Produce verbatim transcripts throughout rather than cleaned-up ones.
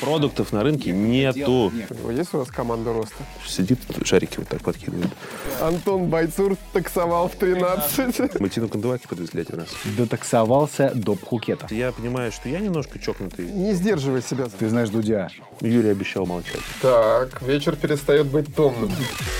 Продуктов на рынке нету. Есть у вас команда роста? Сидит, шарики вот так подкидывает. Антон Бойцур таксовал в тринадцать. Мы Тину Кандываки подвезли один раз. Дотаксовался до Пхукета. Я понимаю, что я немножко чокнутый. Не сдерживай себя. Ты знаешь Дудя. Юрий обещал молчать. Так, вечер перестает быть томным.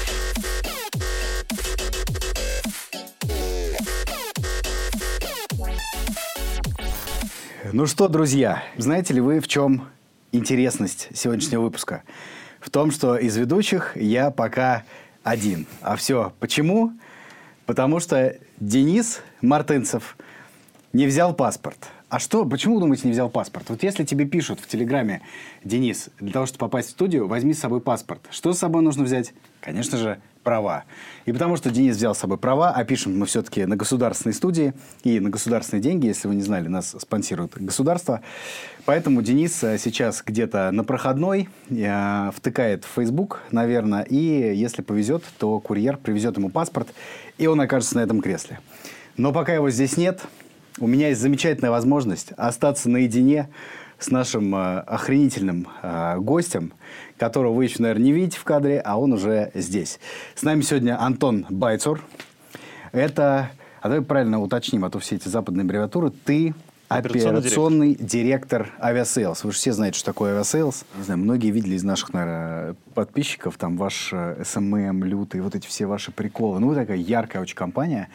Ну что, друзья, знаете ли вы, в чем интересность сегодняшнего выпуска? В том, что из ведущих я пока один. А все почему? Потому что Денис Мартынцев не взял паспорт. А что, почему, вы думаете, не взял паспорт? Вот если тебе пишут в Телеграме: Денис, для того, чтобы попасть в студию, возьми с собой паспорт. Что с собой нужно взять? Конечно же, права. И потому что Денис взял с собой права, а пишем мы все-таки на государственной студии и на государственные деньги, если вы не знали, нас спонсирует государство. Поэтому Денис сейчас где-то на проходной, э, втыкает в Facebook, наверное, и если повезет, то курьер привезет ему паспорт, и он окажется на этом кресле. Но пока его здесь нет, у меня есть замечательная возможность остаться наедине с нашим э, охренительным э, гостем, которого вы еще, наверное, не видите в кадре, а он уже здесь. С нами сегодня Антон Бойцур. Это, а давай правильно уточним, а то все эти западные аббревиатуры. Ты операционный, операционный директор. директор авиасейлс. Вы же все знаете, что такое авиасейлс. Не знаю, многие видели из наших, наверное, подписчиков, там, ваш эс эм эм, лютый, вот эти все ваши приколы. Ну, вы такая яркая очень компания.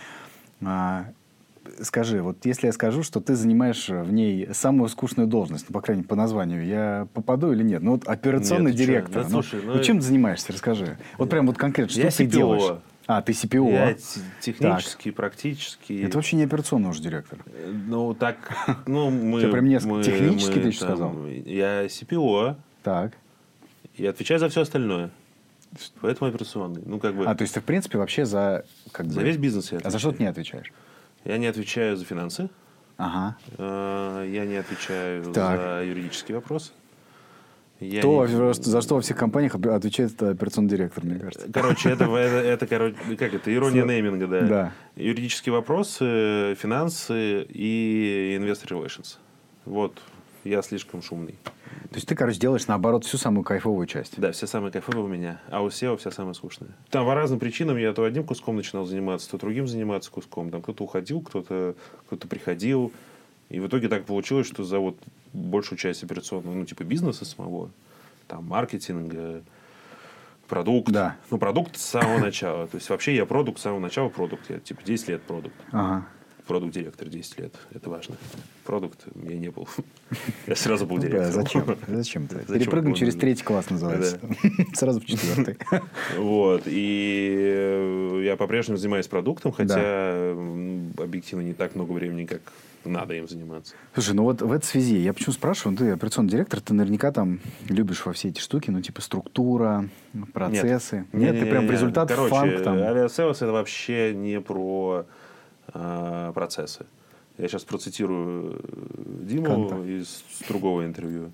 Скажи, вот если я скажу, что ты занимаешь в ней самую скучную должность, ну, по крайней мере, по названию, я попаду или нет? Ну, вот операционный нет, директор. Да, ну, слушай, ну, ну, чем ты занимаешься, расскажи. Вот прям вот конкретно, что ты делаешь? А, ты си пи о. Я технически, так. практически. Это вообще не операционный уже директор. Ну, так, ну, мы... Ты прям несколько технически, ты еще сказал? Я си пи о. Так. И отвечаю за все остальное. Поэтому операционный. Ну, как бы... А, то есть ты, в принципе, вообще за... Как за бы... весь бизнес я отвечаю. А за что ты не отвечаешь? Я не отвечаю за финансы. Ага. Я не отвечаю так. за юридические вопросы. Я То, не... за что во всех компаниях отвечает операционный директор, мне кажется. Короче, это, это, это короче, как это, ирония нейминга, да. да. Юридические вопросы, финансы и investor relations. Вот. Я слишком шумный. То есть ты, короче, делаешь, наоборот, всю самую кайфовую часть. Да, все самые кайфовые у меня. А у сео вся самая скучная. Там по разным причинам я то одним куском начинал заниматься, то другим заниматься куском. Там кто-то уходил, кто-то, кто-то приходил. И в итоге так получилось, что за вот большую часть операционного, ну, типа бизнеса самого, там, маркетинга, продукт. Да. Ну, продукт с самого начала. То есть вообще я продукт с самого начала, продукт. Я типа десять лет продукт. Ага. Продукт-директор десять лет. Это важно. Продукт я не был. Я сразу был директором. Да, зачем? Зачем ты? Перепрыгнуть через третий класс называется. Сразу в четвертый. Вот. И я по-прежнему занимаюсь продуктом, хотя объективно не так много времени, как надо им заниматься. Слушай, ну вот в этой связи, я почему спрашиваю, ты операционный директор, ты наверняка там любишь во все эти штуки, ну типа структура, процессы. Нет, Нет, ты прям результат, фанк там. Авиасейлс это вообще не про процессы. Я сейчас процитирую Диму Конта. из другого интервью.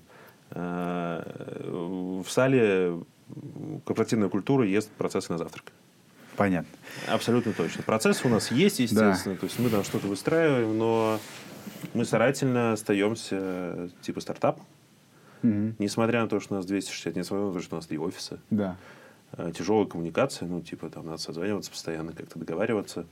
В Сале корпоративная культура ест процессы на завтрак. Понятно. Абсолютно точно. Процессы у нас есть, естественно. Да. То есть мы там что-то выстраиваем, но мы старательно остаемся типа стартап. Угу. Несмотря на то, что у нас двести шестьдесят, несмотря на то, что у нас три офиса. Да. Тяжелая коммуникация, ну типа там надо созваниваться постоянно, как-то договариваться.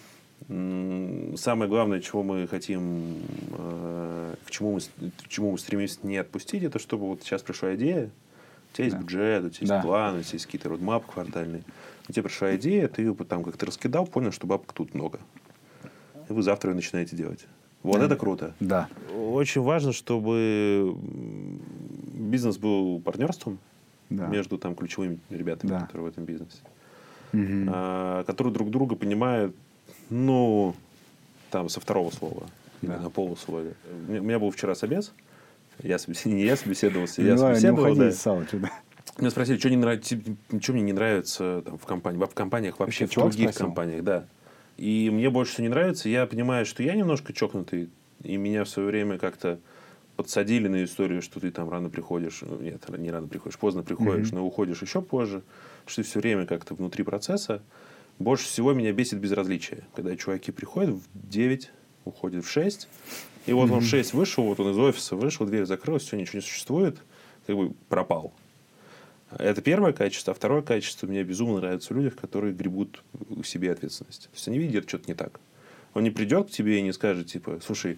Самое главное, чего мы хотим, к чему мы, к чему мы стремимся не отпустить, это чтобы вот сейчас пришла идея, у тебя есть да. бюджет, у тебя есть да. план, у тебя есть какие-то родмапы квартальные. У тебя пришла идея, ты ее там как-то раскидал, понял, что бабок тут много. И вы завтра ее начинаете делать. Вот да. это круто. Да. Очень важно, чтобы бизнес был партнерством да. между там, ключевыми ребятами, да. которые в этом бизнесе. Угу. А, которые друг друга понимают, ну, там, со второго слова, да. на полусловия. У меня был вчера собес. Я собес... Не я собеседовался, я собеседовал. Да. Да. Меня спросили, что, не нравится, что мне не нравится там, в компании, в компаниях вообще, в других спросил? компаниях, да. И мне больше всего не нравится. Я понимаю, что я немножко чокнутый, и меня в свое время как-то подсадили на историю, что ты там рано приходишь. Нет, не рано приходишь, поздно приходишь, mm-hmm. но уходишь еще позже. Что ты все время как-то внутри процесса. Больше всего меня бесит безразличие. Когда чуваки приходят в девять, уходят в шесть. И вот mm-hmm. он в шесть вышел, вот он из офиса вышел, дверь закрылась, все, ничего не существует. как бы пропал. Это первое качество. А второе качество мне безумно нравится в людях, которые гребут в себе ответственность. То есть они видят, что-то не так. Он не придет к тебе и не скажет, типа, слушай,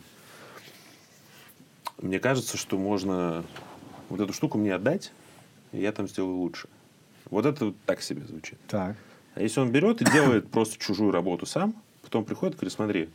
мне кажется, что можно вот эту штуку мне отдать, и я там сделаю лучше. Вот это вот так себе звучит. Так. А если он берет и делает просто чужую работу сам, потом приходит и говорит, смотри,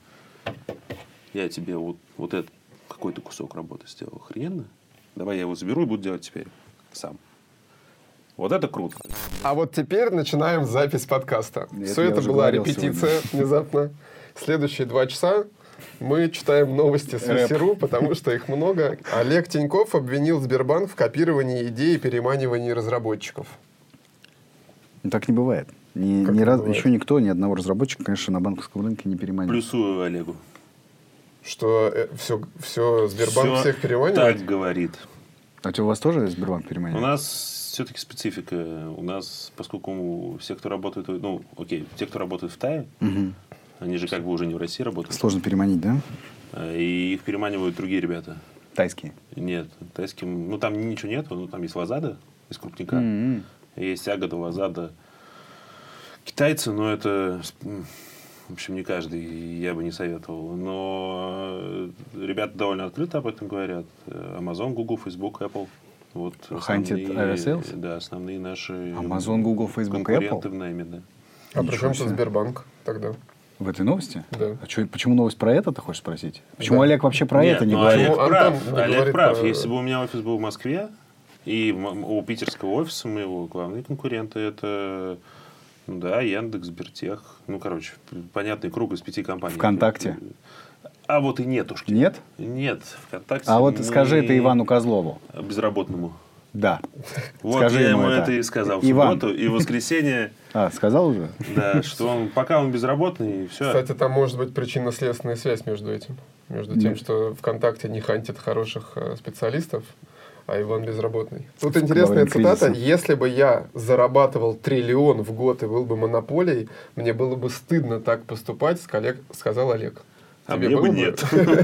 я тебе вот, вот этот какой-то кусок работы сделал охрененно, давай я его заберу и буду делать теперь сам. Вот это круто. А вот теперь начинаем запись подкаста. Это Все я это уже была говорил репетиция сегодня. внезапно. Следующие два часа мы читаем новости с Рэп. Весеру, потому что их много. Олег Тиньков обвинил Сбербанк в копировании идей и переманивании разработчиков. Ну, так не бывает. Ни, Как ни не раз, бывает? еще никто, ни одного разработчика, конечно, на банковском рынке не переманивает. Плюсую Олегу. Что все, все Сбербанк Всё всех переманивает? так говорит. А что, у вас тоже Сбербанк У переманивает? нас все-таки специфика. У нас, поскольку все, кто работает... Ну, окей, те, кто работает в Тае, Мгм. они же как бы уже не в России работают. Сложно переманить, да? И их переманивают другие ребята. Тайские. Нет, тайским... Ну, там ничего нету. Ну, там есть Лазада из крупника. М-м. Есть Агата, Лазада. Китайцы, но это... м, В общем, не каждый, я бы не советовал. Но э, ребята довольно открыто об этом говорят. Amazon, Google, Facebook, Apple. Вот Хантит основные, авиасейлс? Да, основные наши Amazon, Google, Facebook, конкуренты Apple? в найме, да. А при Ничего чем тут себе. Сбербанк тогда? В этой новости? Да. А чё, почему новость про это, ты хочешь спросить? Почему Да. Олег вообще про Нет, это не ну, говорит? Олег Почему прав. Антон не Олег говорит прав. про- Если бы у меня офис был в Москве, и м- у питерского офиса моего главные конкуренты это... Ну да, Яндекс, Сбертех. Ну, короче, понятный круг из пяти компаний. ВКонтакте? А вот и нетушки. Нет? Нет, ВКонтакте. А вот мы- скажи это Ивану Козлову. Безработному. Да. Вот Скажи я ему ему это. это и сказал в Иван. субботу. И в воскресенье, А, сказал уже? да, что он, пока он безработный, и все. Кстати, там может быть причинно-следственная связь между этим. Между тем, что ВКонтакте не хантит хороших э, специалистов, а Иван безработный. Тут интересная время цитата. кризиса. «Если бы я зарабатывал триллион в год и был бы монополией, мне было бы стыдно так поступать», скалек- сказал Олег. А мне бы нет.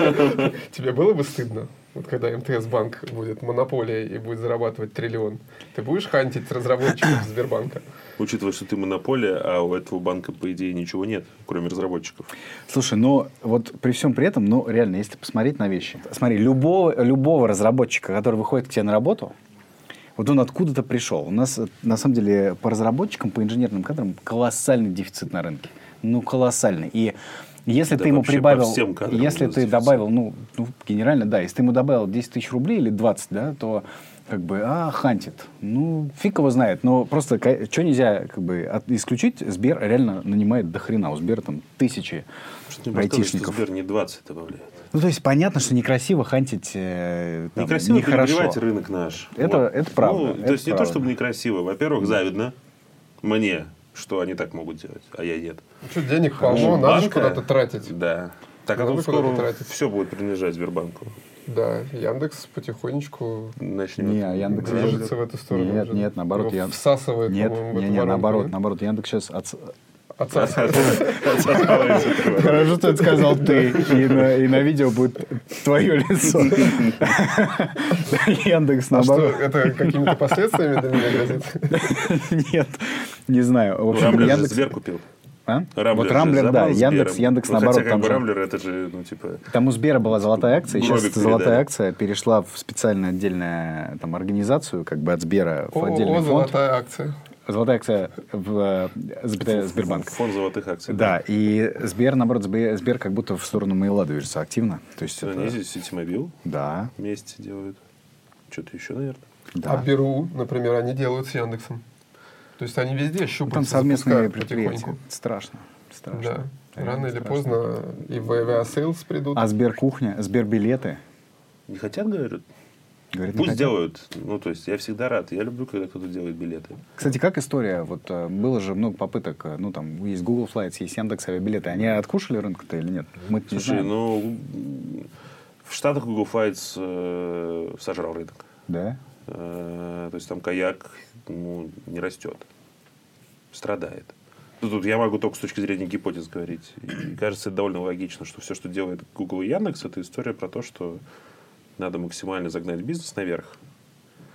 Тебе было бы стыдно? Вот когда МТС-банк будет монополией и будет зарабатывать триллион, ты будешь хантить разработчиков Сбербанка? Учитывая, что ты монополия, а у этого банка, по идее, ничего нет, кроме разработчиков. Слушай, ну вот при всем при этом, ну реально, если посмотреть на вещи. Смотри, любого, любого разработчика, который выходит к тебе на работу, вот он откуда-то пришел. У нас, на самом деле, по разработчикам, по инженерным кадрам колоссальный дефицит на рынке. Ну, колоссальный. И если Да ты ему вообще по прибавил, всем кадрам если у нас ты дефицит. добавил, ну, ну, генерально, да, если ты ему добавил десять тысяч рублей или двадцать, да, то как бы, а, хантит. Ну, фиг его знает. Но просто, что нельзя как бы от- исключить, Сбер реально нанимает до хрена. У Сбера там тысячи Что-то мне подсказывает, что айтишников. Сбер не двадцать добавляет. Ну, то есть, понятно, что некрасиво хантить э, там, Некрасиво нехорошо. перегревать рынок наш. Это- это правда, Ну, это то есть не то, правда. чтобы некрасиво. Во-первых, завидно мне, что они так могут делать, а я нет. Ну что, денег У полно, надо же банка- куда-то тратить. Да. Так, а Надо тут куда-то скоро тратить. все будет принадлежать Сбербанку. Да, Яндекс потихонечку Начнем. Не, а Яндекс движется в эту сторону. Нет, уже. нет, наоборот, Его Ян- всасывает, Нет, по-моему, в не, эту не, воронку, наоборот, нет? наоборот, Яндекс сейчас отс... Отсасывает. Хорошо, что это сказал ты, и на, и на видео будет твое лицо. Яндекс, А что, наоборот. это какими-то последствиями для меня грозит? Нет, не знаю. В общем, Рамблер же Яндекс... Сбер купил. А? Рамблер Вот же Рамблер, да, забрал Яндекс, Сбером. Яндекс, Ну, наоборот, хотя как там бы же... Рамблер, это же, ну, типа... Там у Сбера была золотая акция, сейчас Гробик эта золотая передали. акция перешла в специальную отдельную там, организацию, как бы от Сбера в отдельный О, фонд. золотая акция. Золотая акция в э, запятая, Сбербанк. Фонд золотых акций. Да, и Сбер, наоборот, Сбер, Сбер как будто в сторону Мейла движется активно. То есть Они это... здесь Ситимобил Да, вместе делают. Что-то еще, наверное. да. А Беру, например, они делают с Яндексом. То есть они везде Ну, щупают. там совместные предприятия. Страшно. Страшно. Да. Реально Рано или страшно. поздно и в авиасейлс придут. А Сбер кухня, Сбер билеты. Не хотят, говорят? Говорит, не Пусть хотят. делают. Ну, то есть, я всегда рад. Я люблю, когда кто-то делает билеты. Кстати, как история? Вот э, было же много попыток. э, Ну, там есть Google Flights, есть Яндекс авиабилеты. Они откушали рынок-то или нет? Мы не Слушай, знаем. ну, в Штатах Google Flights э, сожрал рынок. Да? Э, то есть, там каяк ну, не растет. Страдает. Ну, тут я могу только с точки зрения гипотез говорить. И кажется, это довольно логично, что все, что делает Google и Яндекс, это история про то, что надо максимально загнать бизнес наверх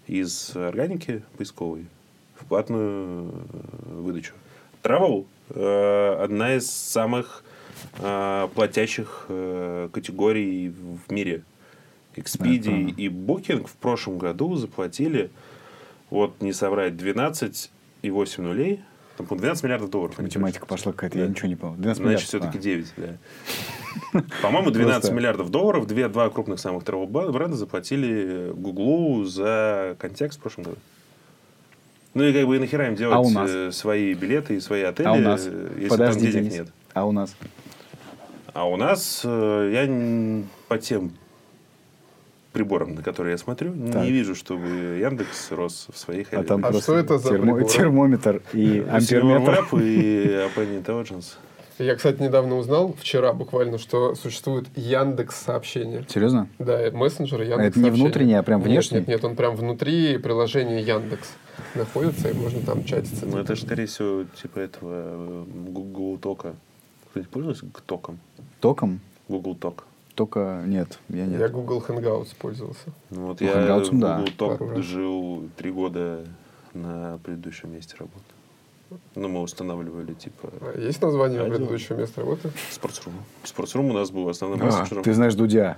из органики поисковой в платную выдачу. Travel э, одна из самых э, платящих э, категорий в мире. Expedia и Booking в прошлом году заплатили, вот не соврать, двенадцать и восемь нулей. Там, по двенадцать миллиардов долларов. Математика пошла какая-то, да. Я ничего не понял. двенадцать Значит, все-таки а. девять, да. По-моему, двенадцать миллиардов долларов. Две, два крупных самых travel бренда заплатили Гуглу за контекст в прошлом году. Ну и как бы нахера им делать а у нас? свои билеты и свои отели, а у нас? если Подожди, там денег Денис. нет. А у нас? А у нас я по тем приборам, на которые я смотрю, так. не вижу, чтобы Яндекс рос в своих... А там а что это за термо... термометр и амперметр? И Open Intelligence. Я, кстати, недавно узнал, вчера буквально, что существует Яндекс.Сообщение. Серьезно? Да, мессенджер Яндекс.Сообщение. Это не внутренний, а прям внешний? Нет, нет, нет, он прям внутри приложения Яндекс находится, и можно там чатиться. Ну, это же, скорее всего, типа этого Google Тока. Кто-нибудь пользовался Током? Током? Google Talk. Только нет, я нет. Я Google Hangouts пользовался. Ну, вот я Hangouts, Google да. Talk жил три года на предыдущем месте работы. Ну, мы устанавливали, типа... А есть название радио. предыдущего места работы? Спортсрум. Спортсрум у нас был основным а, мессенджером. Ты знаешь Дудя?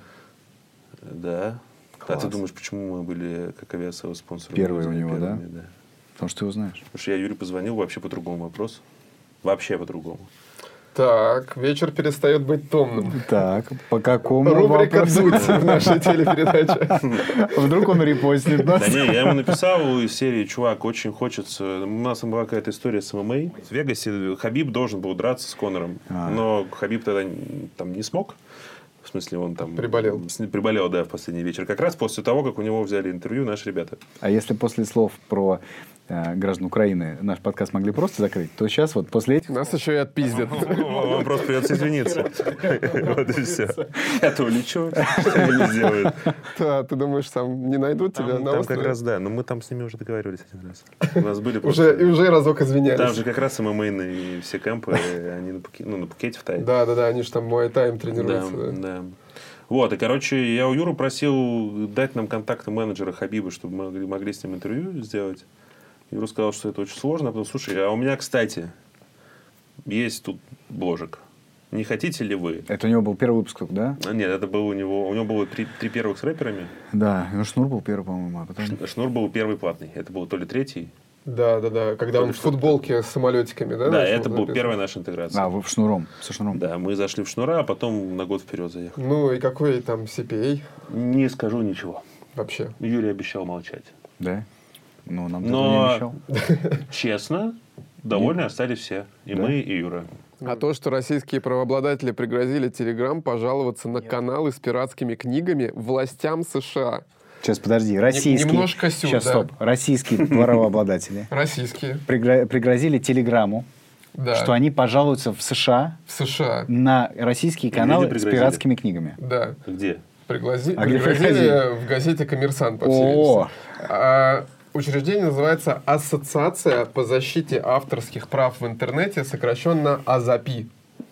Да. Класс. А ты думаешь, почему мы были как авиасовый спонсор? Первый у него, первыми, да? да? Потому что ты его знаешь. Потому что я Юре позвонил вообще по другому вопросу. Вообще по другому. Так, вечер перестает быть томным. Так, по какому Рубрика вопросу? «Дудь» в нашей телепередаче. Вдруг он репостнет нас? Да не, я ему написал из серии, чувак, очень хочется... У нас там была какая-то история с эм эм а. В Вегасе Хабиб должен был драться с Конором. А. Но Хабиб тогда там не смог. В смысле, он там... Приболел. Приболел, да, в последний вечер. Как раз после того, как у него взяли интервью наши ребята. А если после слов про э, граждан Украины наш подкаст могли просто закрыть, то сейчас вот после этих... Нас еще и отпиздят. Вам просто придется извиниться. Вот и все. Я-то улечу, что не сделают. Да, ты думаешь, там не найдут тебя на острове? Там как раз, да. Но мы там с ними уже договорились один раз. У нас были просто... И уже разок извинялись. Там же как раз эм эм а и все кемпы, они на Пхукете в Тае. Да, да, да. Они же там муай-тайм тренируются. Да. Вот, и, короче, я у Юры просил дать нам контакты менеджера Хабиба, чтобы мы могли, могли с ним интервью сделать. Юра сказал, что это очень сложно. А потом, слушай, а у меня, кстати, есть тут бложик. Не хотите ли вы? Это у него был первый выпуск, да? А, нет, это был у него... У него было три, три первых с рэперами. Да, ну Шнур был первый, по-моему, а потом... Шнур был первый платный. Это был то ли третий. Да, да, да. Когда то он в футболке с самолетиками, да? Да, это была первая наша интеграция. А, вы в Шнуром, со Шнуром. Да, мы зашли в Шнура, а потом на год вперед заехали. Ну, и какой там си пи эй? Не скажу ничего. Вообще. Юрий обещал молчать. Да? Ну, нам Но, не обещал. Честно, довольны остались все. И да? мы, и Юра. А то, что российские правообладатели пригрозили Телеграм пожаловаться на каналы с пиратскими книгами властям США. Сейчас, подожди. Российские... Немножко сюда. Сейчас, стоп. Российские правообладатели. Российские. Пригрозили Телеграму, да. что они пожалуются в США, в США на российские каналы с пиратскими книгами. Да. Где? Пригрози... А пригрозили в газете «Коммерсант», по всей версии. А учреждение называется «Ассоциация по защите авторских прав в интернете», сокращенно АЗАПИ.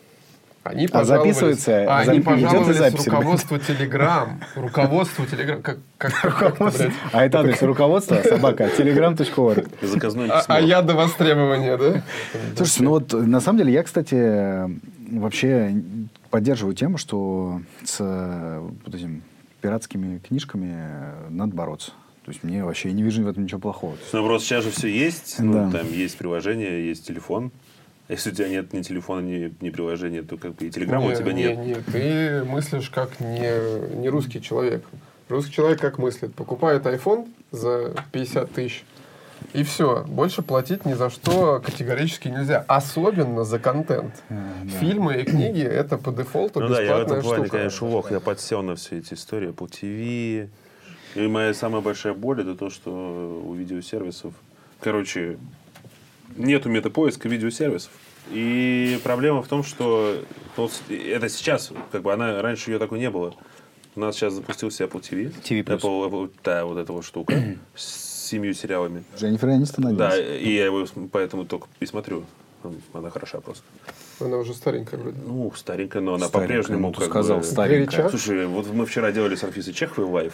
Они а записывается? А, они пожаловались руководству Телеграм. Руководству Телеграм. Как, как, руководство. Как, а это адрес руководства? Собака. телеграм точка орг. Заказное письмо. А, а я до востребования, да? Слушайте, ну вот на самом деле я, кстати, вообще поддерживаю тему, что с вот этими пиратскими книжками надо бороться. То есть мне вообще я не вижу в этом ничего плохого. Ну, просто сейчас же все есть. Да. Ну, там есть приложение, есть телефон. Если у тебя нет ни телефона, ни, ни приложения, то как бы и телеграмма у тебя не, нет. Нет, ты мыслишь как не, не русский человек. Русский человек как мыслит? Покупает айфон за пятьдесят тысяч, и все. Больше платить ни за что категорически нельзя. Особенно за контент. А, да. Фильмы и книги — это по дефолту ну, бесплатная штука. Да, я в этом плане, штука. конечно, лох. Я подсел на все эти истории. Apple ти ви. И моя самая большая боль — это то, что у видеосервисов... Короче... Нету метапоиска видеосервисов. И проблема в том, что ну, это сейчас, как бы она, раньше ее такой не было. У нас сейчас запустился Apple ти ви. ти ви плюс. Apple, Apple, да, вот эта вот штука с семью сериалами. Дженнифер Энистон надеюсь. Да, и я его поэтому только и смотрю. Она хороша просто. Она уже старенькая вроде. Ну, старенькая, но она старенькая, по-прежнему... Ну, ты сказал, бы... старенькая. Слушай, вот мы вчера делали с Анфисой Чеховой лайв.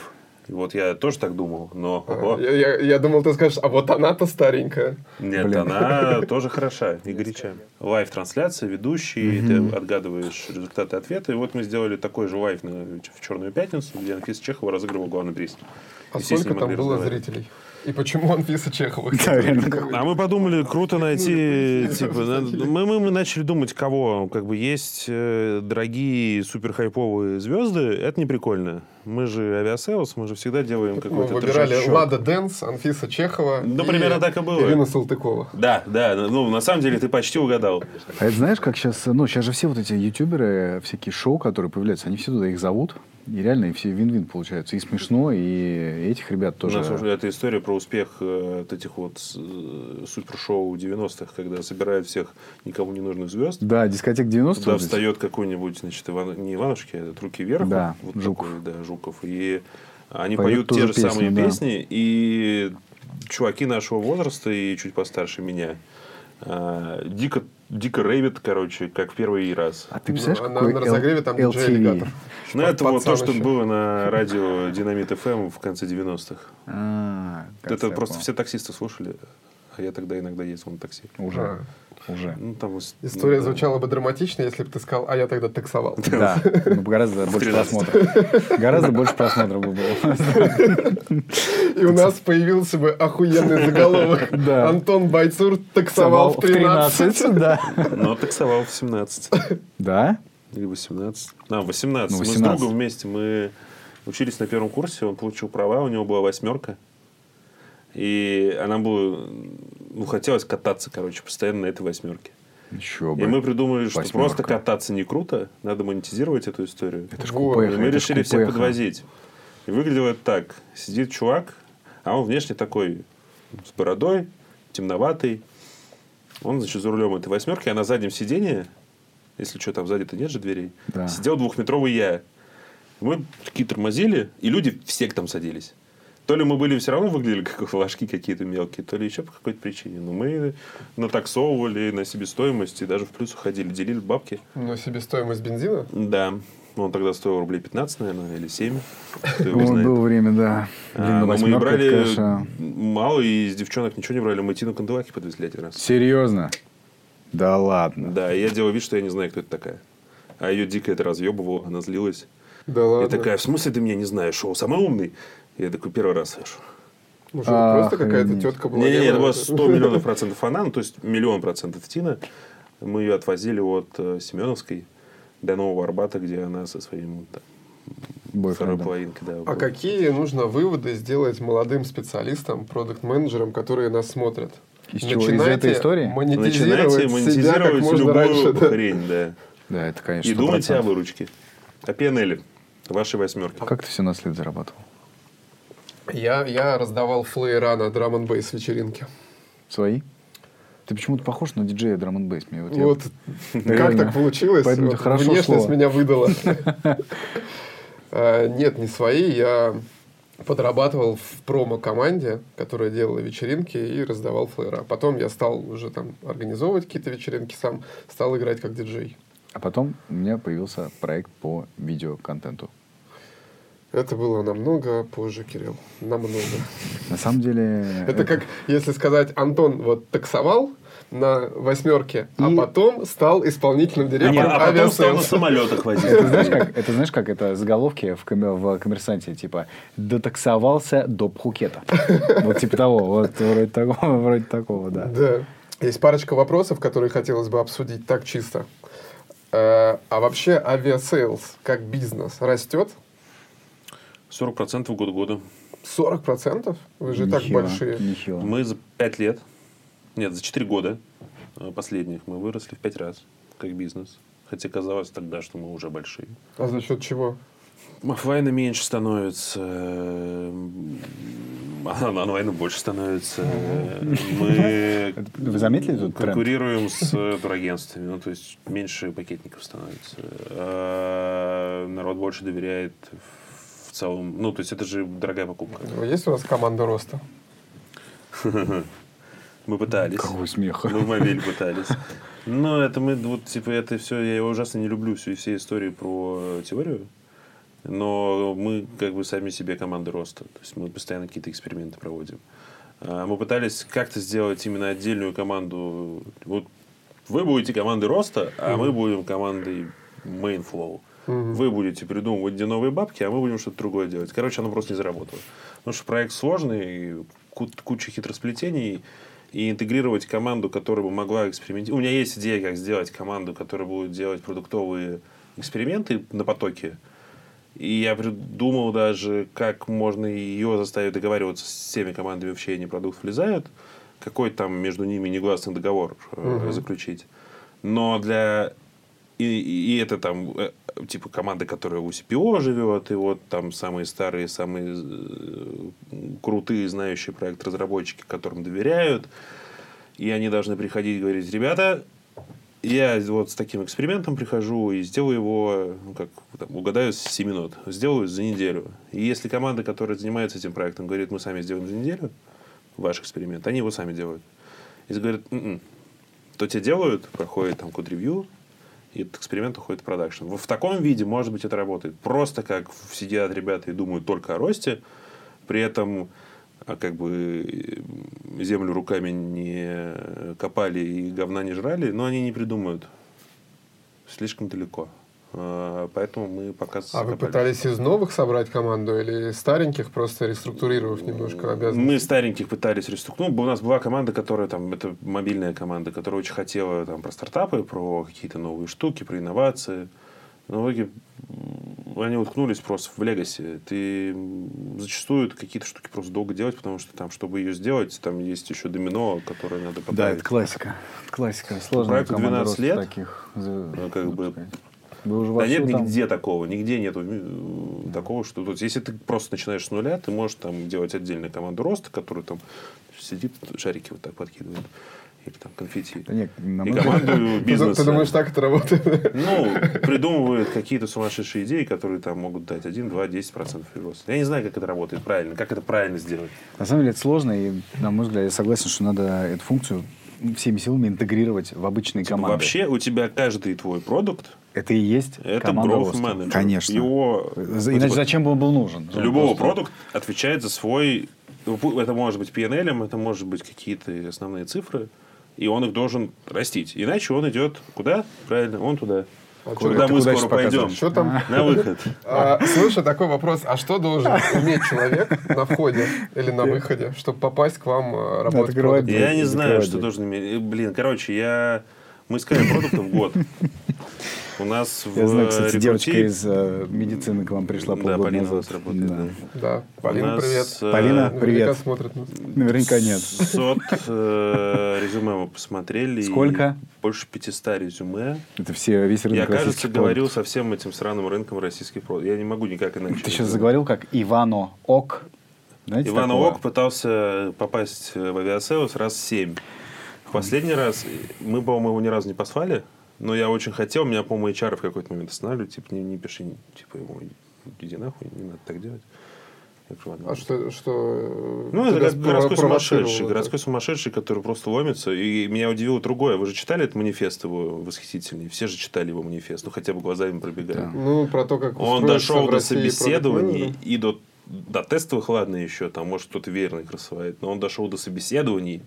Вот я тоже так думал, но... А, я, я, я думал, ты скажешь, а вот она-то старенькая. Нет, Блин. Она тоже хороша и горяча. Лайв-трансляция, ведущий, mm-hmm. ты отгадываешь результаты ответа. И вот мы сделали такой же лайв на, в «Черную пятницу», где Анфиса Чехова разыгрывала главный приз. А сколько там было зрителей? И почему Анфиса Чехова? Да, а мы подумали, круто найти... типа, мы, мы, мы начали думать, кого. Как бы есть э, дорогие суперхайповые звезды. Это не прикольно. Мы же авиасейлс, мы же всегда делаем какой-то... Мы выбирали Лада Дэнс, Анфиса Чехова. Ну, примерно так и было. Ирина Салтыкова. Да, да. Ну, на самом деле, ты почти угадал. А это знаешь, как сейчас... Ну, сейчас же все вот эти ютуберы, всякие шоу, которые появляются, они все туда их зовут. И реально, и все вин-вин получается. И смешно, и этих ребят тоже... У нас уже эта история про успех э, вот этих вот э, супершоу девяностых, когда собирают всех никому не нужных звезд. Да, дискотек девяностых. Туда встает какой-нибудь, значит, Иван, не Иванушки, а «Руки вверх». Да, вот Жуков. Такой, да, Жуков. И они поют, поют те же песни, самые да. песни. И чуваки нашего возраста и чуть постарше меня э, дико, дико рейвят, короче, как в первый раз. А ты представляешь, ну, какой на, на разогреве там диджей Аллигатор. Ну, это вот то, что было на радио Динамит эф эм в конце девяностых. А, это просто все таксисты слушали, а я тогда иногда ездил на такси. Уже. А. Уже. Ну, там, История ну, да. звучала бы драматично, если бы ты сказал, а я тогда таксовал. Да, ну, гораздо больше просмотров. Гораздо больше просмотров бы было. И у нас появился бы охуенный заголовок. Антон Бойцур таксовал в тринадцать. Да. Но таксовал в семнадцать. Да? Или восемнадцать. А, восемнадцать. Ну, мы с другом вместе, мы учились на первом курсе, он получил права, у него была восьмерка. И она была... Ну, хотелось кататься, короче, постоянно на этой восьмерке. Еще бы. И мы придумали, что Восьмерка. просто кататься не круто, надо монетизировать эту историю. Это ж вот. купеха, И мы это решили ж всех купеха. подвозить. И выглядело это так. Сидит чувак, а он внешне такой с бородой, темноватый. Он, значит, за рулем этой восьмерки, а на заднем сиденье, если что, там сзади-то нет же дверей, Да. сидел двухметровый я. Мы такие тормозили, и люди все там садились. То ли мы были все равно выглядели как флажки какие-то мелкие, то ли еще по какой-то причине. Но мы натаксовывали на себестоимость и даже в плюс уходили, делили бабки. Но себестоимость бензина? Да. Он тогда стоил рублей пятнадцать, наверное, или семь. Вот было время, да. А, но мы брали это, конечно... мало, и из девчонок ничего не брали. Мы Тину Канделаки подвезли один раз. Серьезно? Да ладно. Да, и я делал вид, что я не знаю, кто это такая. А ее дико это разъебывало, она злилась. Да ладно? Я такая, в смысле ты меня не знаешь? Шо, самый умный? Я такой, первый раз слышу. Может, а, просто какая-то тетка была? Не-не, это было сто миллионов процентов она, ну, то есть миллион процентов Тина. Мы ее отвозили от э, Семеновской до Нового Арбата, где она со своим там, второй половинкой. Да, а какие нужно выводы сделать молодым специалистам, продакт-менеджерам, которые нас смотрят? Из чего? Из этой истории? Монетизировать Начинайте монетизировать себя любую раньше, хрень, да. Да, это, конечно, и думайте о выручке. О пи эн эл, вашей восьмерки. А как ты все на след зарабатывал? Я, я раздавал флеера на драм-н-бейс вечеринке. Свои? Ты почему-то похож на диджея драм-н-бейс. Мне вот вот я... как так получилось? Вот внешность шло. Меня выдала. Нет, не свои. Я подрабатывал в промо-команде, которая делала вечеринки, и раздавал флеера. Потом я стал уже там организовывать какие-то вечеринки сам, стал играть как диджей. А потом у меня появился проект по видеоконтенту. Это было намного позже, Кирилл. Намного. На самом деле... Это, это... как, если сказать, Антон вот таксовал на восьмерке, и... а потом стал исполнительным директором а, а потом стал на самолетах возить. Это знаешь, как это, знаешь, как это заголовки в, коммер... в «Коммерсанте», типа «Дотаксовался до Пхукета». Вот типа того, вот вроде такого, вроде такого, да. Да. Есть парочка вопросов, которые хотелось бы обсудить так чисто. А вообще авиасейлс как бизнес растет? сорок процентов год года. сорок процентов? Вы же нехило, так большие. Нехило. Мы за пять лет, нет, за четыре года последних мы выросли в пять раз как бизнес. Хотя казалось тогда, что мы уже большие. А за счет чего? Оффлайна меньше становится, онлайна больше становится. Мы Вы заметили тут конкурируем с турагентствами, ну то есть меньше пакетников становится. Народ больше доверяет в целом. Ну, то есть это же дорогая покупка. Есть у вас команда роста? Мы пытались. Какой смех. Мы в Мобиле пытались. Но это мы, вот, типа, это все, я ужасно не люблю всю, все истории про теорию. но мы как бы сами себе команда роста. То есть мы постоянно какие-то эксперименты проводим. Мы пытались как-то сделать именно отдельную команду. Вот вы будете командой роста, а mm-hmm. мы будем командой Mainflow. Mm-hmm. Вы будете придумывать где новые бабки, а мы будем что-то другое делать. Короче, оно просто не заработало. Потому что проект сложный, куча хитросплетений. И интегрировать команду, которая бы могла экспериментировать. У меня есть идея, как сделать команду, которая будет делать продуктовые эксперименты на потоке. И я придумал даже, как можно ее заставить договариваться с всеми командами, в чей они продукт влезают. Какой там между ними негласный договор uh-huh. заключить. Но для... И, и это там типа команда, которая у си пи о живет, и вот там самые старые, самые крутые, знающие проект разработчики, которым доверяют. И они должны приходить и говорить: ребята, я вот с таким экспериментом прихожу и сделаю его, ну, как там, угадаю, с семь минут. Сделаю за неделю. И если команда, которая занимается этим проектом, говорит: мы сами сделаем за неделю ваш эксперимент, они его сами делают. Если говорят: м-м", то те делают, проходит там код-ревью, и этот эксперимент уходит в продакшн. В таком виде, может быть, это работает. Просто как сидят ребята и думают только о росте, при этом как бы землю руками не копали и говна не жрали, но они не придумают. Слишком далеко. Поэтому мы пока... А вы пытались из новых собрать команду или из стареньких, просто реструктурировав немножко обязанности? Мы стареньких пытались реструктурировать. Ну, у нас была команда, которая там, это мобильная команда, которая очень хотела там про стартапы, про какие-то новые штуки, про инновации. Но в итоге они уткнулись просто в легаси. Ты зачастую какие-то штуки просто долго делать, потому что там, чтобы ее сделать, там есть еще домино, которое надо поправить. Да, это классика. Это классика. Сложная команда двенадцать лет. Таких, ну, как бы... Вы уже да нет там... нигде такого. Нигде нету mm. такого, что... Вот, если ты просто начинаешь с нуля, ты можешь там делать отдельную команду роста, которая там сидит, шарики вот так подкидывает. Или там конфетти. Да нет, и команду бизнеса. Ты думаешь, так это работает? Ну, придумывают какие-то сумасшедшие идеи, которые там могут дать один, два, десять процентов прироста. Я не знаю, как это работает правильно, как это правильно сделать. На самом деле это сложно, и, на мой взгляд, я согласен, что надо эту функцию всеми силами интегрировать в обычные типа команды. Вообще у тебя каждый твой продукт это и есть это growth manager. Конечно. Его, иначе типа, зачем бы он был нужен? Любого просто... продукт отвечает за свой... Это может быть пи эн эл, это может быть какие-то основные цифры. И он их должен растить. Иначе он идет куда? Правильно, он туда. А куда мы скоро пойдем? Что там? На выход. А, слушай, такой вопрос. А что должен уметь человек на входе или на выходе, чтобы попасть к вам работать? Я не знаю, что должен уметь. Блин, короче, я... мы искали продуктов год. У нас Я в знаю, кстати, рекрути... девочка из э, медицины к вам пришла полгода да, Полина назад. Работает, да. Да. да. Полина, привет. Полина, привет. Наверняка смотрит нас. Наверняка нет. шестьсот э, резюме мы посмотрели. Сколько? Больше пятисот резюме. Это все, весь рынок. Я, кажется, говорил со всем этим сраным рынком российских продуктов. Я не могу никак иначе. Ты сейчас заговорил как Ивано Ок. Знаете Ивано такого? Ок пытался попасть в авиасейлс раз семь. В последний раз мы, по-моему, его ни разу не послали. Но я очень хотел, меня, по-моему, эйч ар в какой-то момент останавливали, типа, не, не пиши, типа, ему, иди нахуй, не надо так делать. Я говорю, а что, что... Ну, это как городской сумасшедший, городской сумасшедший, который просто ломится. И меня удивило другое. Вы же читали этот манифест его восхитительный? Все же читали его манифест, ну, хотя бы глазами пробегали. Да. Ну, про то, как он дошел до собеседований и до, до тестовых, ладно, еще, там, может, кто-то веерно их рассылает, но он дошел до собеседований,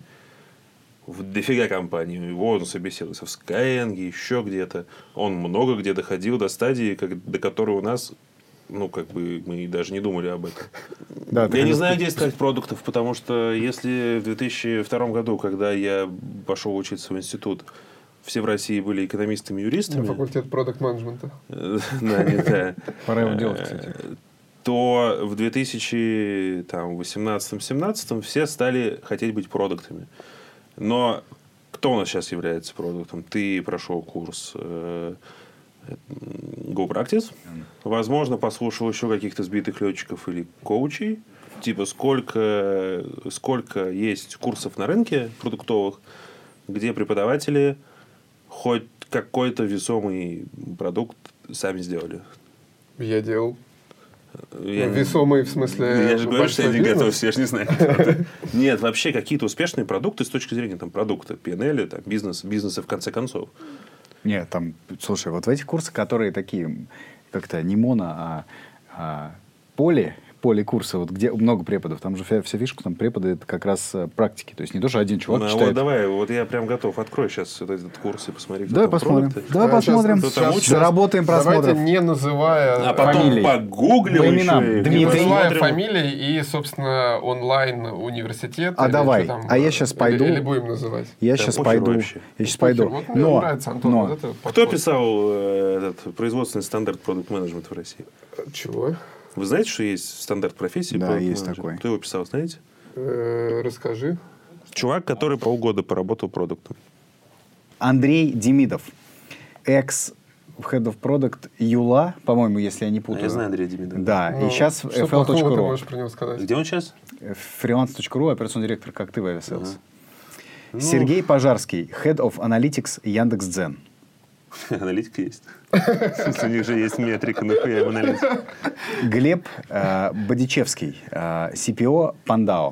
в дофига компаний. Его он собеседовался в Skyeng, еще где-то. Он много где доходил до стадии, как, до которой у нас, ну, как бы, мы даже не думали об этом. Да, я не знаю, где искать продуктов, потому что если в две тысячи втором году, когда я пошел учиться в институт, все в России были экономистами, юристами. Факультет продакт-менеджмента. Да, не да. Пора его делать, кстати. То в две тысячи восемнадцатом-семнадцатом все стали хотеть быть продуктами. Но кто у нас сейчас является продуктом? Ты прошел курс э, GoPractice. Возможно, послушал еще каких-то сбитых летчиков или коучей. Типа, сколько, сколько есть курсов на рынке продуктовых, где преподаватели хоть какой-то весомый продукт сами сделали. Я делал. Я Весомый, в смысле... Я же говорю, что я не готовься, я же не знаю. Нет, вообще какие-то успешные продукты с точки зрения там, продукта, пи эн эл, там, бизнес, бизнеса в конце концов. Нет, там, слушай, вот в этих курсах, которые такие, как-то не моно, а, а, поле, поле курса, вот где много преподов, там же вся, вся фишка, там преподы, это как раз а, практики. То есть не то, что один чувак ну, читает. Вот давай, вот я прям готов. Открой сейчас этот, этот курс и посмотри, кто Давай там посмотрим. продукты. Давай А, посмотрим. сейчас, сейчас, Сейчас заработаем просмотров. Давайте не называя... А потом фамилии. погуглим По еще. именам. и Дмитрий. Не называя посмотрим. фамилии и, собственно, онлайн университет. А или давай. что там, А я щас или- пойду. Или будем называть. Я Да сейчас похер пойду. вообще. Я сейчас Похер. пойду. Вот мне Но, нравится, Антон, но вот это Кто подход. писал э, этот производственный стандарт продукт-менеджмента в России? Чего? Вы знаете, что есть стандарт профессии? Да, product есть manager? такой. Кто его писал, знаете? Э, Расскажи. Чувак, который полгода поработал продуктом. Андрей Демидов, экс Head of Product Юла, по-моему, если я не А путаю. я знаю Андрея Демидова. Да, Ну, и сейчас что эф эл плохого точка ты ру. можешь про него сказать? Где он сейчас? фриланс точка ру, операционный директор, как ты в Aviasales. Ага. Ну, Сергей Пожарский, Head of Analytics Яндекс.Дзен. Аналитика есть. У них же есть метрика, нахуя им аналитика. Глеб э, Бодичевский, э, си пи о Пандао.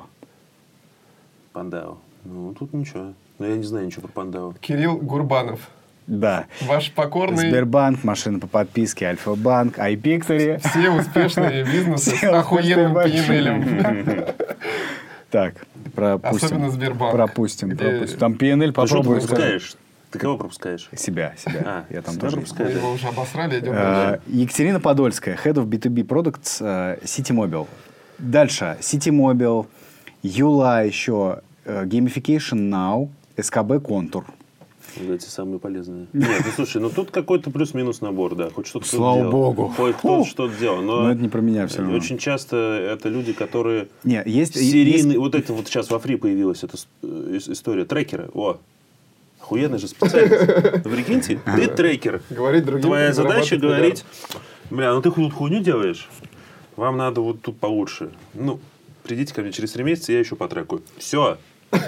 Пандао. Ну, тут ничего. Но я не знаю ничего про Пандао. Кирилл Гурбанов. Да. Ваш покорный... Сбербанк, машина по подписке, Альфа-банк, iPictory. Все успешные бизнесы с Все охуенным успешные пи эн эл. Так, пропустим. Особенно Сбербанк. Пропустим, Где- пропустим. Там пи эн эл Ты что попробуй. пропускаешь? Ты кого пропускаешь? Себя, себя. А, Я там себя тоже. Мы пропускаю, да. его уже обосрали, идем Э, дальше. Екатерина Подольская, Head of би ту би Products, э, City Mobile. Дальше. City Mobile, Юла еще, э, Gamification Now, эс ка бэ Контур. Вот эти самые полезные. Нет, ну слушай, ну тут какой-то плюс-минус набор, да. Хоть что-то Слава кто-то делал. богу. Хоть кто-то что-то делал. Но, Но это не про меня все равно. очень часто это люди, которые Не, есть, серийные... есть- Вот это вот сейчас во фри появилась эта с- э, история. Трекеры. О, охуенная же специальность. Вы прикиньте, ты трекер. Говорить другим. Твоя как задача зарабатывать говорить, бля, ну ты тут хуйню делаешь, вам надо вот тут получше. Ну, придите ко мне через три месяца, я еще потрекаю. Все.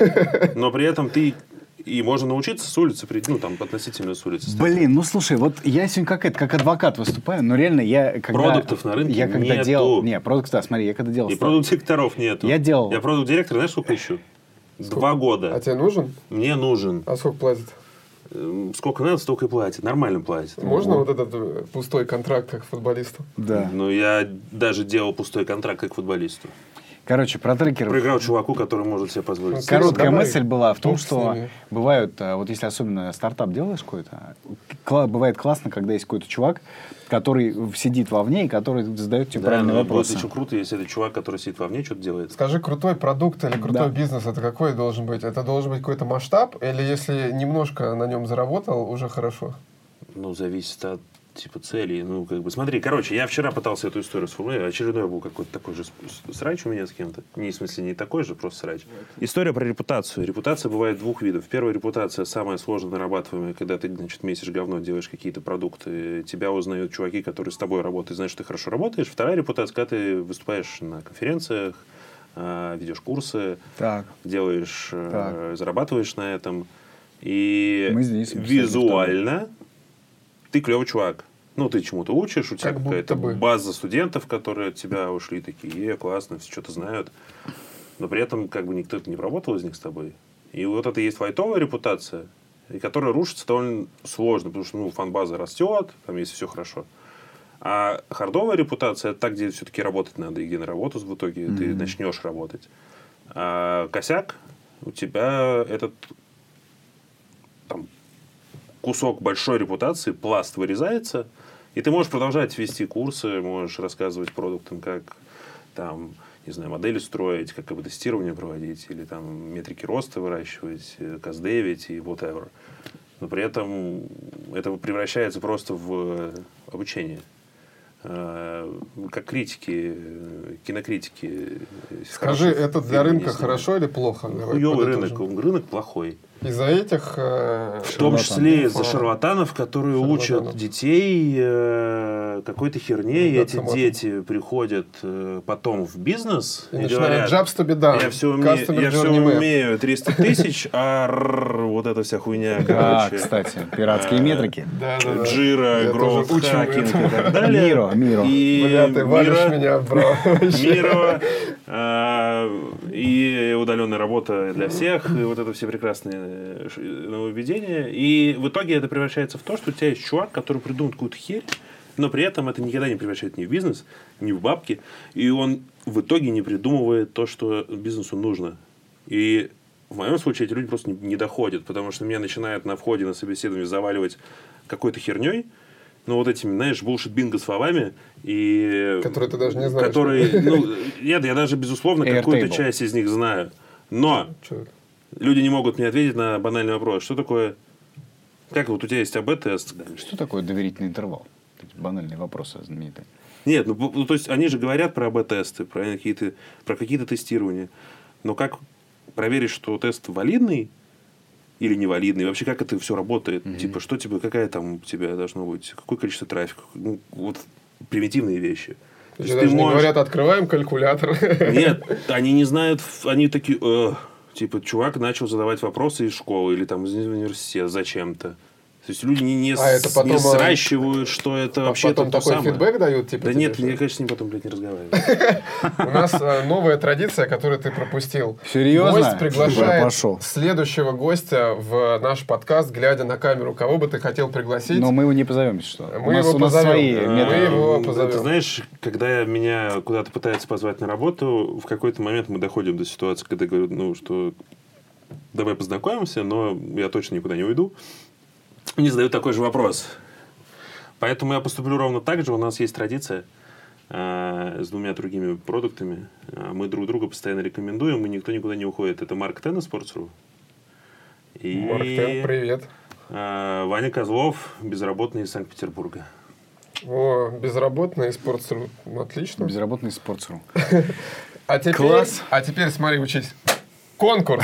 Но при этом ты... И можно научиться с улицы, прийти, ну, там, относительно с улицы. Блин, ну слушай, вот я сегодня как это, как адвокат выступаю, но реально я когда... Продуктов на рынке Я когда нету. делал... Не, продукт, да, смотри, я когда делал... И стар- продукт-директоров нету. Я делал- Я продукт-директор, знаешь, сколько ищу? Два года. А тебе нужен? Мне нужен. А сколько платят? Эм, Сколько надо, столько и платит. Нормально платит. Можно вот этот э, пустой контракт, как футболисту? Да. Но я даже делал пустой контракт как футболисту. Короче, про трекеров. Проиграл чуваку, который может себе позволить. Кор- Короткая Давай, мысль была в том, топ с что ними. бывают, а, вот если особенно стартап делаешь какой-то, кла- бывает классно, когда есть какой-то чувак, который сидит вовне и который задает тебе Да, правильные но будет вопросы. еще круто, если это чувак, который сидит вовне, что-то делает. Скажи, крутой продукт или крутой Да. бизнес, это какой должен быть? Это должен быть какой-то масштаб? Или если немножко на нем заработал, уже хорошо? Ну, зависит от типа целей. Ну, как бы, смотри, короче, я вчера пытался эту историю сформулировать. Очередной был какой-то такой же с- с- срач у меня с кем-то. Не, в смысле, не такой же, просто срач. История про репутацию. Репутация бывает двух видов. Первая репутация самая сложно нарабатываемая, когда ты, значит, месяц говно, делаешь какие-то продукты, тебя узнают чуваки, которые с тобой работают, знают, что ты хорошо работаешь. Вторая репутация, когда ты выступаешь на конференциях, а, ведешь курсы, Так. делаешь, э, Так. зарабатываешь на этом. И Мы с Денисом визуально ты клевый чувак. Ну, ты чему-то учишь, у тебя Как будто какая-то бы. база студентов, которые от тебя ушли, такие, е, классно, все что-то знают. Но при этом как бы никто не работал из них с тобой. И вот это и есть лайтовая репутация, и которая рушится довольно сложно, потому что ну, фан-база растет, там если все хорошо. А хардовая репутация — это та, где все-таки работать надо, и где на работу в итоге mm-hmm. ты начнешь работать. А косяк у тебя этот там, кусок большой репутации, пласт вырезается, и ты можешь продолжать вести курсы, можешь рассказывать продуктам, как там, не знаю, модели строить, как эй би тестирование проводить, или там метрики роста выращивать, каздевить и whatever. Но при этом это превращается просто в обучение. Как критики, кинокритики. Скажи, это для рынка хорошо или плохо? Давай Хуёвый подытожим. рынок, рынок плохой. Из-за этих... э, В том числе из-за Шарлатанов. шарлатанов, которые Шарлатанов. учат детей э, какой-то херне, и Да, эти само дети приходят э, потом в бизнес И и, начинают говорят, jobs to be done. я все, умею, Customer я все journey map. умею, триста тысяч, а рррр, вот эта вся хуйня, Да, короче. кстати, пиратские Э, метрики. Да, да, да. Джира, Я Growth тоже учим Hacking этому. и так далее. Миро, Миро. И Бля, ты валишь Миро- меня, бро. Мирова, э, и удаленная работа для всех, и вот это все прекрасные ш- нововведения. И в итоге это превращается в то, что у тебя есть чувак, который придумал какую-то херь, но при этом это никогда не превращает ни в бизнес, ни в бабки. И он в итоге не придумывает то, что бизнесу нужно. И в моем случае эти люди просто не, не доходят, потому что меня начинают на входе на собеседование заваливать какой-то херней, ну, вот этими, знаешь, bullshit-бинго словами. И... Которые ты даже не знаешь. Которые, ну, нет, я даже, безусловно, какую-то часть из них знаю. Но люди не могут мне ответить на банальный вопрос. Что такое... Как вот у тебя есть АБ-тест? Что такое доверительный интервал? Банальные вопросы знаменитые. Нет, ну, ну то есть они же говорят про АБ-тесты, про какие-то, про какие-то тестирования. Но как проверить, что тест валидный или невалидный? Вообще, как это все работает? Mm-hmm. Типа, что тебе, какая там у тебя должно быть? Какое количество трафика? Ну, вот примитивные вещи. То есть, даже ты не можешь... говорят, открываем калькулятор. Нет, они не знают, они такие... Э, типа, чувак начал задавать вопросы из школы или там из университета зачем-то. То есть люди не, не, а с, потом, не сращивают, что это вообще потом то такой самое. Фидбэк дают? Типа, да тебе, нет, что? я, конечно, с ним потом, блядь, не разговариваю. У нас новая традиция, которую ты пропустил. Серьезно? Гость приглашает следующего гостя в наш подкаст, глядя на камеру. Кого бы ты хотел пригласить? Но мы его не позовем, что? Мы его позовем. Мы его позовем. Ты знаешь, когда меня куда-то пытаются позвать на работу, в какой-то момент мы доходим до ситуации, когда говорят, ну, что давай познакомимся, но я точно никуда не уйду. Мне задают такой же вопрос. Поэтому я поступлю ровно так же. У нас есть традиция э, с двумя другими продуктами. Мы друг друга постоянно рекомендуем, и никто никуда не уходит. Это Марк Тен из Sports.ru. И Марк Тен, привет. Э, Ваня Козлов, безработный из Санкт-Петербурга. О, безработный из Sports.ru. Отлично. Безработный из Sports.ru. А теперь, Класс. А теперь смотри, учись. Конкурс.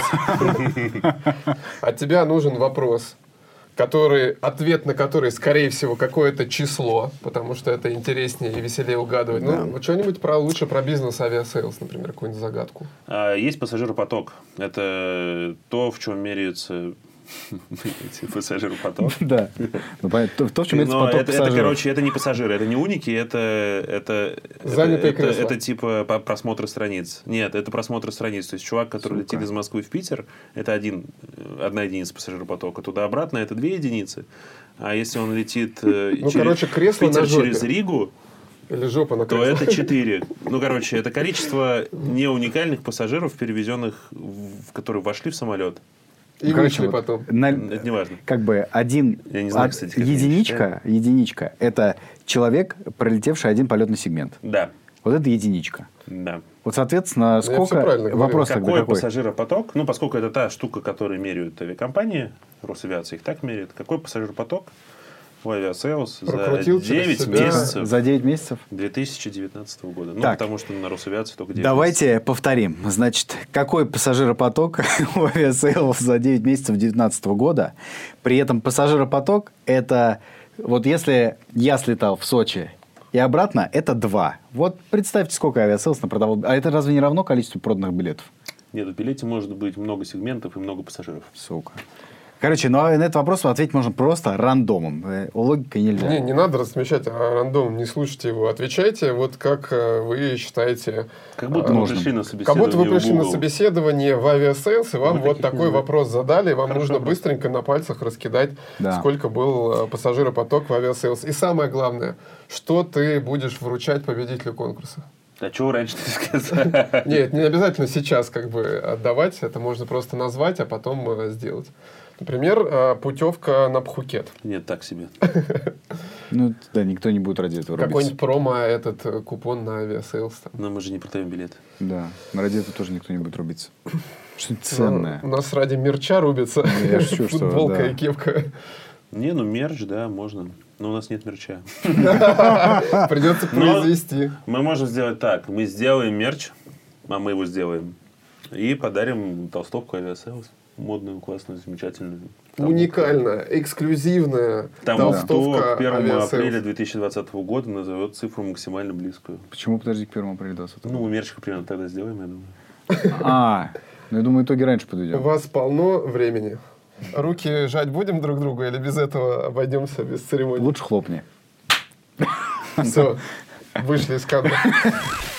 От тебя нужен вопрос, который, ответ на который, скорее всего, какое-то число, потому что это интереснее и веселее угадывать. Да. Ну, что-нибудь про, лучше про бизнес авиасейлс, например, какую-нибудь загадку. А, есть пассажиропоток. Это то, в чем меряется пассажиропоток. Да. То, в чем меряется поток пассажиров. Это, короче, это не пассажиры, это не уники, это это занятые кресла. Это типа просмотр страниц. Нет, это просмотр страниц. То есть чувак, который летит из Москвы в Питер, это один, одна единица пассажиропотока. Туда-обратно это две единицы. А если он летит ну, короче, кресло Питер на жопе. через Ригу, или жопа на то это четыре. Ну, короче, это количество неуникальных пассажиров, перевезенных, в, которые вошли в самолет. И ну, вышли вот потом. На, это не важно. Как бы один... Я не знаю, кстати, единичка, единичка – это человек, пролетевший один полетный сегмент. Да. Вот это единичка. Да. Вот, соответственно, сколько... Вопрос какой тогда какой? Пассажиропоток? Ну, поскольку это та штука, которую меряют авиакомпании, Росавиация их так меряет. Какой пассажиропоток у авиасейлс за девять месяцев? За девять месяцев? две тысячи девятнадцатого года. Ну, так, потому что на Росавиации только девять давайте месяцев. Повторим. Значит, какой пассажиропоток у авиасейлс за девять месяцев две тысячи девятнадцатого года? При этом пассажиропоток – это... Вот если я слетал в Сочи и обратно, это два. Вот представьте, сколько авиасейлс напродавал. А это разве не равно количеству проданных билетов? Нет, в билете может быть много сегментов и много пассажиров. Сука. Короче, ну а на этот вопрос ответить можно просто рандомом. Логикой нельзя. Не, не надо размещать рандомом, не слушайте его. Отвечайте, вот как вы считаете... Как будто а, вы пришли на собеседование Как будто вы пришли на собеседование в авиасейлс, и вам вот такой вопрос задали, и вам Хорошо, нужно вопрос. быстренько на пальцах раскидать, да. сколько был пассажиропоток в авиасейлс. И самое главное, что ты будешь вручать победителю конкурса? А чего раньше ты сказал? Нет, не обязательно сейчас как бы отдавать, это можно просто назвать, а потом сделать. Например, путевка на Пхукет. Нет, так себе. Ну, да, никто не будет ради этого рубиться. Какой-нибудь промо, этот купон на авиасейлс. Но мы же не продаем билет. Да, ради этого тоже никто не будет рубиться. Что-нибудь ценное. У нас ради мерча рубится. Я шучу, что футболка и кепка. Не, ну мерч, да, можно. Но у нас нет мерча. Придется произвести. Мы можем сделать так. Мы сделаем мерч, а мы его сделаем. И подарим толстовку авиасейлс. Модную, классную, замечательную. Там уникальная, эксклюзивная там толстовка кто к первому апреля две тысячи двадцатого года назовет цифру максимально близкую. Почему, подожди, к первому апреля двадцатого? Ну, мерчик примерно тогда сделаем, я думаю. А, ну я думаю, итоги раньше подведем. У вас полно времени. Руки жать будем друг другу или без этого обойдемся, без церемонии? Лучше хлопни. Все, вышли из кадра.